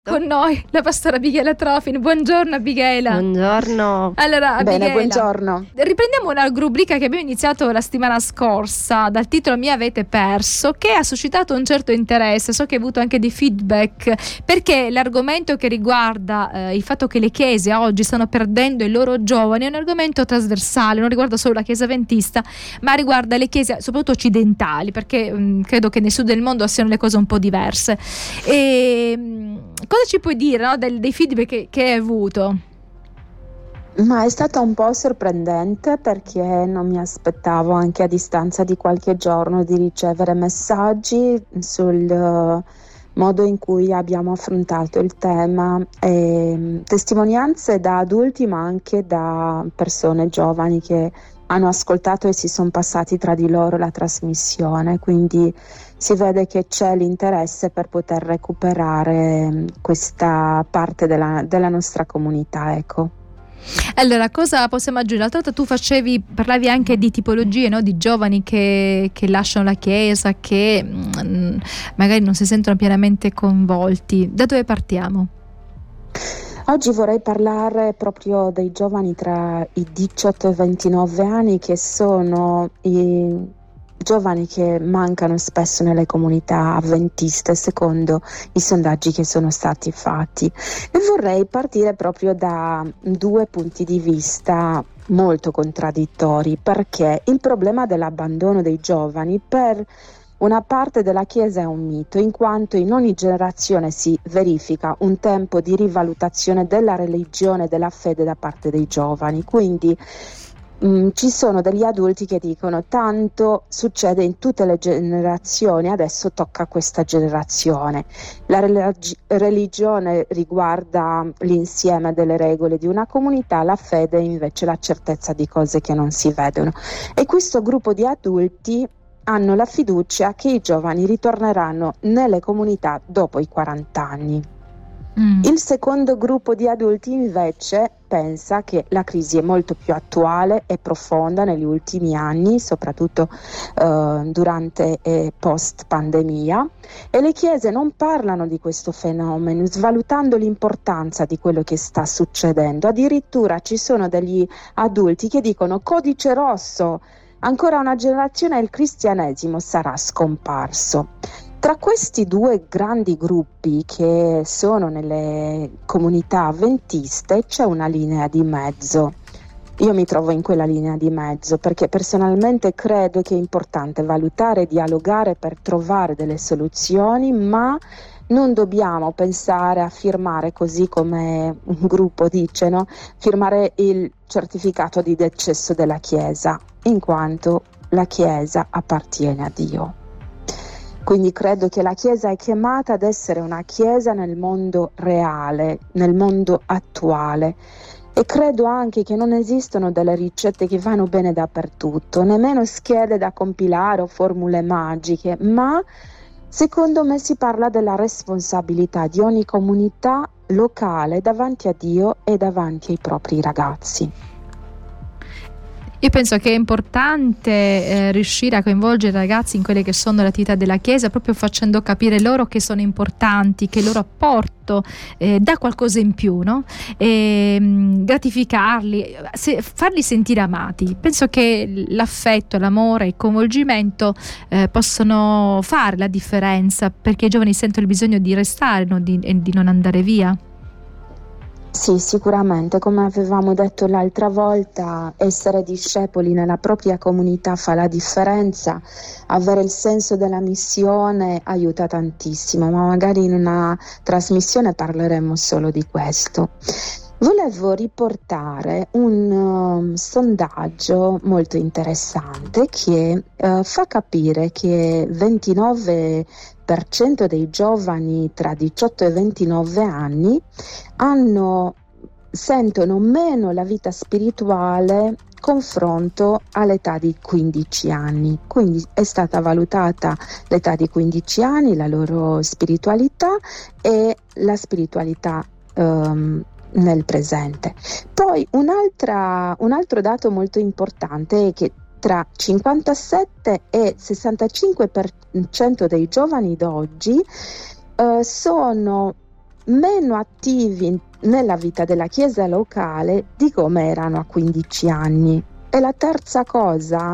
Con noi la pastora Abigaila Trofin. Buongiorno Abigaila. Buongiorno. Allora Abigaila, bene, buongiorno. Riprendiamo una rubrica che abbiamo iniziato la settimana scorsa dal titolo Mi avete perso, che ha suscitato un certo interesse. So che hai avuto anche dei feedback, perché l'argomento che riguarda il fatto che le chiese oggi stanno perdendo i loro giovani è un argomento trasversale, non riguarda solo la chiesa adventista, ma riguarda le chiese soprattutto occidentali, perché credo che nel sud del mondo siano le cose un po' diverse. Cosa ci puoi dire, no, dei feedback che hai avuto? Ma è stata un po' sorprendente, perché non mi aspettavo, anche a distanza di qualche giorno, di ricevere messaggi sul modo in cui abbiamo affrontato il tema, e testimonianze da adulti ma anche da persone giovani che hanno ascoltato e si sono passati tra di loro la trasmissione, quindi si vede che c'è l'interesse per poter recuperare questa parte della nostra comunità, ecco. Allora, cosa possiamo aggiungere? L'altra volta tu parlavi anche di tipologie, no? Di giovani che lasciano la chiesa, che magari non si sentono pienamente coinvolti. Da dove partiamo? Oggi vorrei parlare proprio dei giovani tra i 18 e i 29 anni, che sono i giovani che mancano spesso nelle comunità avventiste, secondo i sondaggi che sono stati fatti. E vorrei partire proprio da due punti di vista molto contraddittori, perché il problema dell'abbandono dei giovani per una parte della Chiesa è un mito, in quanto in ogni generazione si verifica un tempo di rivalutazione della religione e della fede da parte dei giovani. Quindi ci sono degli adulti che dicono: tanto succede in tutte le generazioni, adesso tocca a questa generazione. La religione riguarda l'insieme delle regole di una comunità, la fede invece la certezza di cose che non si vedono. E questo gruppo di adulti hanno la fiducia che i giovani ritorneranno nelle comunità dopo i 40 anni. Il secondo gruppo di adulti invece pensa che la crisi è molto più attuale e profonda negli ultimi anni, soprattutto durante e post pandemia, e le chiese non parlano di questo fenomeno, svalutando l'importanza di quello che sta succedendo. Addirittura ci sono degli adulti che dicono: codice rosso, ancora una generazione e il cristianesimo sarà scomparso. Tra questi due grandi gruppi che sono nelle comunità avventiste c'è una linea di mezzo. Io mi trovo in quella linea di mezzo, perché personalmente credo che è importante valutare e dialogare per trovare delle soluzioni, ma non dobbiamo pensare a firmare, così come un gruppo dice, no? Firmare il certificato di decesso della Chiesa, in quanto la Chiesa appartiene a Dio. Quindi credo che la Chiesa è chiamata ad essere una Chiesa nel mondo reale, nel mondo attuale, e credo anche che non esistono delle ricette che vanno bene dappertutto, nemmeno schede da compilare o formule magiche, ma secondo me si parla della responsabilità di ogni comunità locale davanti a Dio e davanti ai propri ragazzi. Io penso che è importante riuscire a coinvolgere i ragazzi in quelle che sono le attività della Chiesa, proprio facendo capire loro che sono importanti, che il loro apporto dà qualcosa in più, no? Gratificarli, farli sentire amati. Penso che l'affetto, l'amore, il coinvolgimento possono fare la differenza, perché i giovani sentono il bisogno di restare, no? di non andare via. Sì, sicuramente, come avevamo detto l'altra volta, essere discepoli nella propria comunità fa la differenza, avere il senso della missione aiuta tantissimo, ma magari in una trasmissione parleremo solo di questo. Volevo riportare un sondaggio molto interessante che fa capire che 29% dei giovani tra 18 e 29 anni sentono meno la vita spirituale confronto all'età di 15 anni. Quindi è stata valutata l'età di 15 anni, la loro spiritualità e la spiritualità nel presente. Poi un altro dato molto importante è che tra 57 e 65% dei giovani d'oggi sono meno attivi nella vita della chiesa locale di come erano a 15 anni. E la terza cosa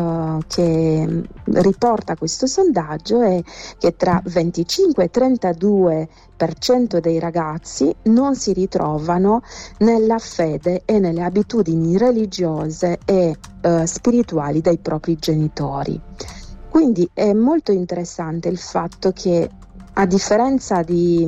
che riporta questo sondaggio è che tra 25 e 32% dei ragazzi non si ritrovano nella fede e nelle abitudini religiose e spirituali dei propri genitori. Quindi è molto interessante il fatto che, a differenza di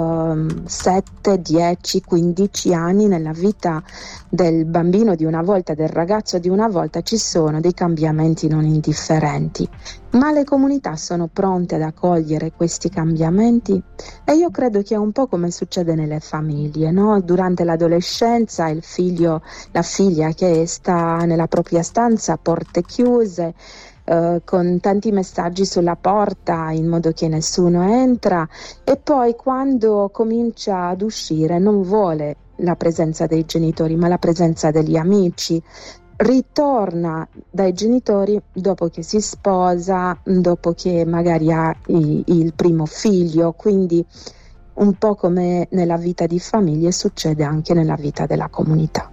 7, 10, 15 anni nella vita del bambino di una volta, del ragazzo di una volta, ci sono dei cambiamenti non indifferenti. Ma le comunità sono pronte ad accogliere questi cambiamenti? E io credo che è un po' come succede nelle famiglie, no? Durante l'adolescenza il figlio, la figlia che sta nella propria stanza a porte chiuse, con tanti messaggi sulla porta in modo che nessuno entra, e poi quando comincia ad uscire non vuole la presenza dei genitori ma la presenza degli amici, ritorna dai genitori dopo che si sposa, dopo che magari ha il primo figlio. Quindi un po' come nella vita di famiglie succede anche nella vita della comunità.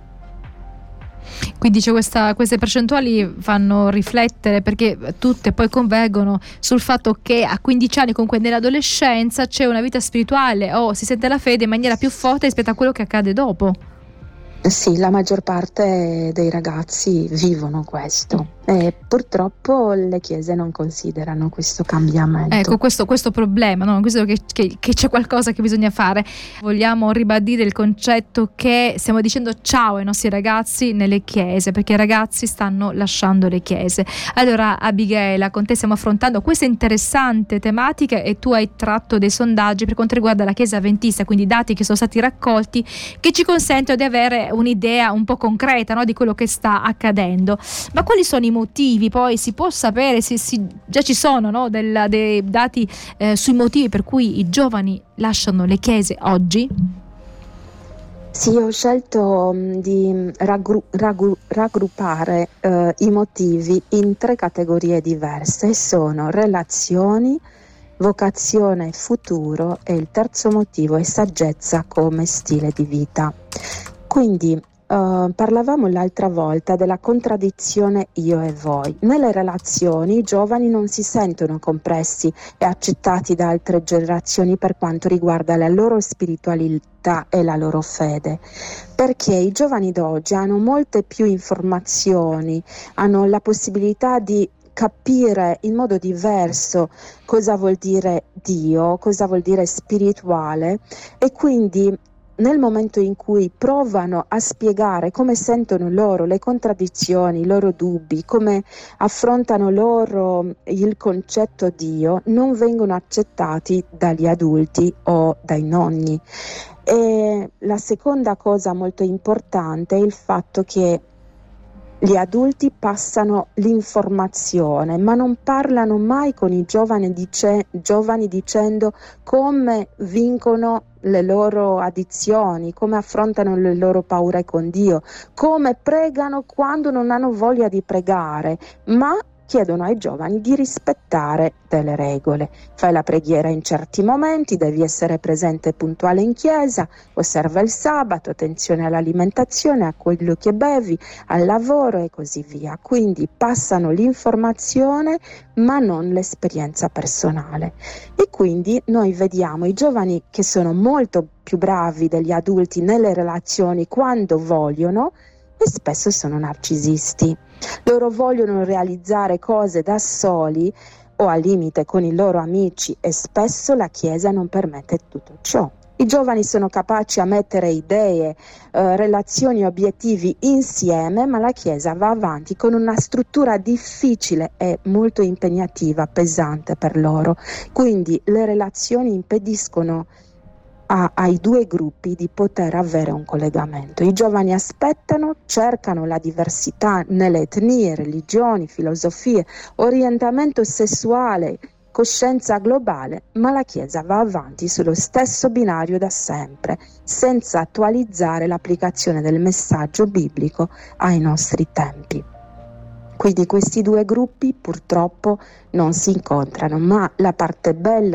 Quindi queste percentuali fanno riflettere, perché tutte poi convergono sul fatto che a 15 anni, comunque nell'adolescenza, c'è una vita spirituale o si sente la fede in maniera più forte rispetto a quello che accade dopo. Sì, la maggior parte dei ragazzi vivono questo e purtroppo le chiese non considerano questo cambiamento. Ecco, questo problema, no? Questo che c'è qualcosa che bisogna fare. Vogliamo ribadire il concetto che stiamo dicendo ciao ai nostri ragazzi nelle chiese, perché i ragazzi stanno lasciando le chiese. Allora, Abigaila, con te stiamo affrontando queste interessanti tematiche e tu hai tratto dei sondaggi per quanto riguarda la Chiesa Adventista, quindi dati che sono stati raccolti che ci consentono di avere un'idea un po' concreta, no, di quello che sta accadendo. Ma quali sono i motivi? Poi si può sapere se già ci sono, no, dei dati sui motivi per cui i giovani lasciano le chiese oggi? Sì, ho scelto di raggruppare i motivi in 3 categorie diverse. Sono relazioni, vocazione e futuro, e il terzo motivo è saggezza come stile di vita. Quindi parlavamo l'altra volta della contraddizione io e voi. Nelle relazioni i giovani non si sentono compressi e accettati da altre generazioni per quanto riguarda la loro spiritualità e la loro fede, perché i giovani d'oggi hanno molte più informazioni, hanno la possibilità di capire in modo diverso cosa vuol dire Dio, cosa vuol dire spirituale, e quindi nel momento in cui provano a spiegare come sentono loro le contraddizioni, i loro dubbi, come affrontano loro il concetto Dio, non vengono accettati dagli adulti o dai nonni. E la seconda cosa molto importante è il fatto che gli adulti passano l'informazione, ma non parlano mai con i giovani dicendo come vincono le loro addizioni, come affrontano le loro paure con Dio, come pregano quando non hanno voglia di pregare, ma chiedono ai giovani di rispettare delle regole. Fai la preghiera in certi momenti, devi essere presente e puntuale in chiesa, osserva il sabato, attenzione all'alimentazione, a quello che bevi, al lavoro e così via. Quindi passano l'informazione ma non l'esperienza personale. E quindi noi vediamo i giovani che sono molto più bravi degli adulti nelle relazioni quando vogliono, e spesso sono narcisisti. Loro vogliono realizzare cose da soli o al limite con i loro amici, e spesso la Chiesa non permette tutto ciò. I giovani sono capaci a mettere idee, relazioni, obiettivi insieme, ma la Chiesa va avanti con una struttura difficile e molto impegnativa, pesante per loro. Quindi le relazioni impediscono ai 2 gruppi di poter avere un collegamento. I giovani aspettano, cercano la diversità nelle etnie, religioni, filosofie, orientamento sessuale, coscienza globale, ma la Chiesa va avanti sullo stesso binario da sempre, senza attualizzare l'applicazione del messaggio biblico ai nostri tempi. Quindi questi 2 gruppi purtroppo non si incontrano, ma la parte bella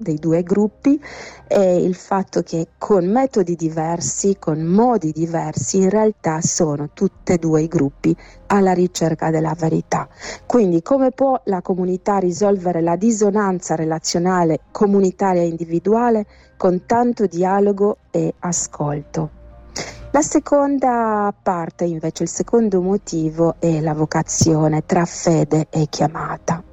dei due gruppi è il fatto che con metodi diversi, con modi diversi, in realtà sono tutti e due i gruppi alla ricerca della verità. Quindi come può la comunità risolvere la dissonanza relazionale comunitaria e individuale con tanto dialogo e ascolto? La seconda parte, invece, il secondo motivo è la vocazione tra fede e chiamata.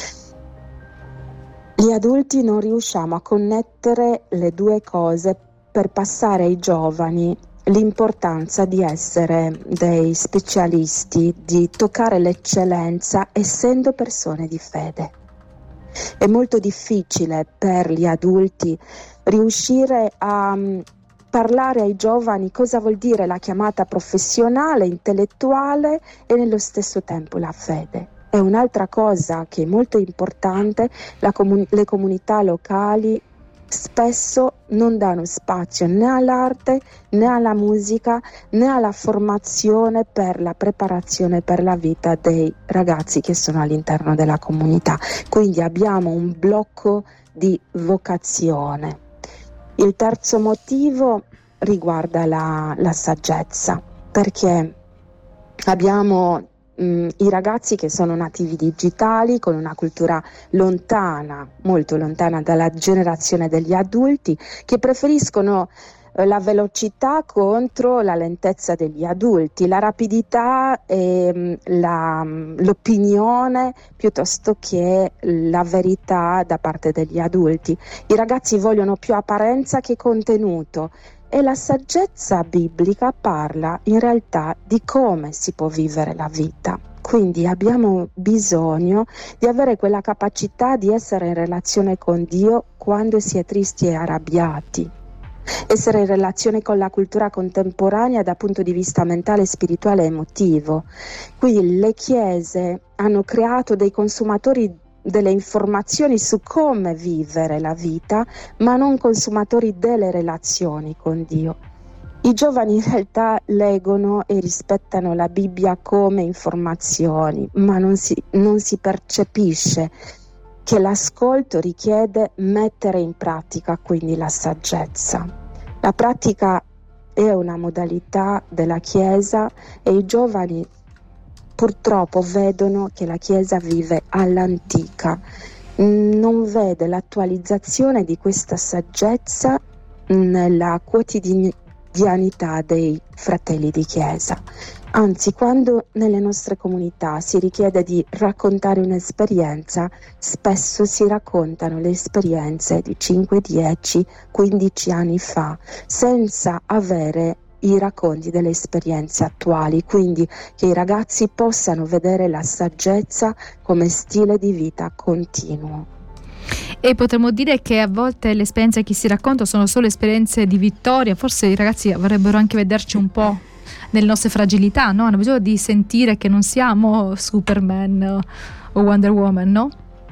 Gli adulti non riusciamo a connettere le due cose per passare ai giovani l'importanza di essere dei specialisti, di toccare l'eccellenza essendo persone di fede. È molto difficile per gli adulti riuscire a parlare ai giovani cosa vuol dire la chiamata professionale, intellettuale e nello stesso tempo la fede. È un'altra cosa che è molto importante, le comunità locali spesso non danno spazio né all'arte né alla musica né alla formazione per la preparazione per la vita dei ragazzi che sono all'interno della comunità. Quindi abbiamo un blocco di vocazione. Il terzo motivo riguarda la saggezza, perché abbiamo i ragazzi che sono nativi digitali con una cultura lontana, molto lontana dalla generazione degli adulti, che preferiscono la velocità contro la lentezza degli adulti, la rapidità e l'opinione piuttosto che la verità da parte degli adulti. I ragazzi vogliono più apparenza che contenuto. E la saggezza biblica parla in realtà di come si può vivere la vita. Quindi abbiamo bisogno di avere quella capacità di essere in relazione con Dio quando si è tristi e arrabbiati. Essere in relazione con la cultura contemporanea dal punto di vista mentale, spirituale e emotivo. Quindi le chiese hanno creato dei consumatori delle informazioni su come vivere la vita, ma non consumatori delle relazioni con Dio. I giovani in realtà leggono e rispettano la Bibbia come informazioni, ma non si percepisce che l'ascolto richiede mettere in pratica quindi la saggezza. La pratica è una modalità della Chiesa e i giovani purtroppo vedono che la Chiesa vive all'antica, non vede l'attualizzazione di questa saggezza nella quotidianità dei fratelli di Chiesa. Anzi, quando nelle nostre comunità si richiede di raccontare un'esperienza, spesso si raccontano le esperienze di 5, 10, 15 anni fa, senza avere i racconti delle esperienze attuali, quindi che i ragazzi possano vedere la saggezza come stile di vita continuo. E potremmo dire che a volte le esperienze che si raccontano sono solo esperienze di vittoria, forse i ragazzi vorrebbero anche vederci un po' nelle nostre fragilità, no? Hanno bisogno di sentire che non siamo Superman o Wonder Woman, no?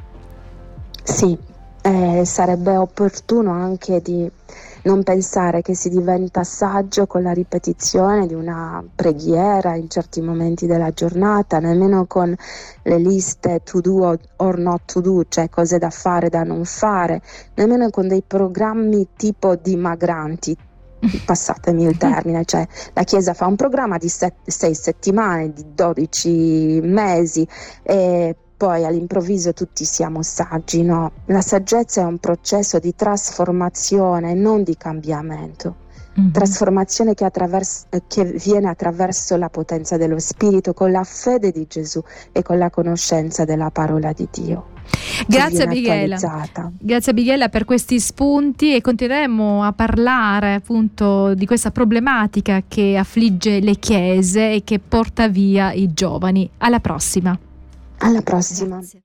Sì, sarebbe opportuno anche di non pensare che si diventa saggio con la ripetizione di una preghiera in certi momenti della giornata, nemmeno con le liste to do or not to do, cioè cose da fare, da non fare, nemmeno con dei programmi tipo dimagranti. Passatemi il termine, cioè la Chiesa fa un programma di 6 settimane, di 12 mesi e poi all'improvviso tutti siamo saggi, no? La saggezza è un processo di trasformazione, non di cambiamento. Trasformazione che viene attraverso la potenza dello Spirito, con la fede di Gesù e con la conoscenza della parola di Dio. Grazie Abigaila per questi spunti, e continueremo a parlare appunto di questa problematica che affligge le chiese e che porta via i giovani. Alla prossima. Alla prossima. Grazie.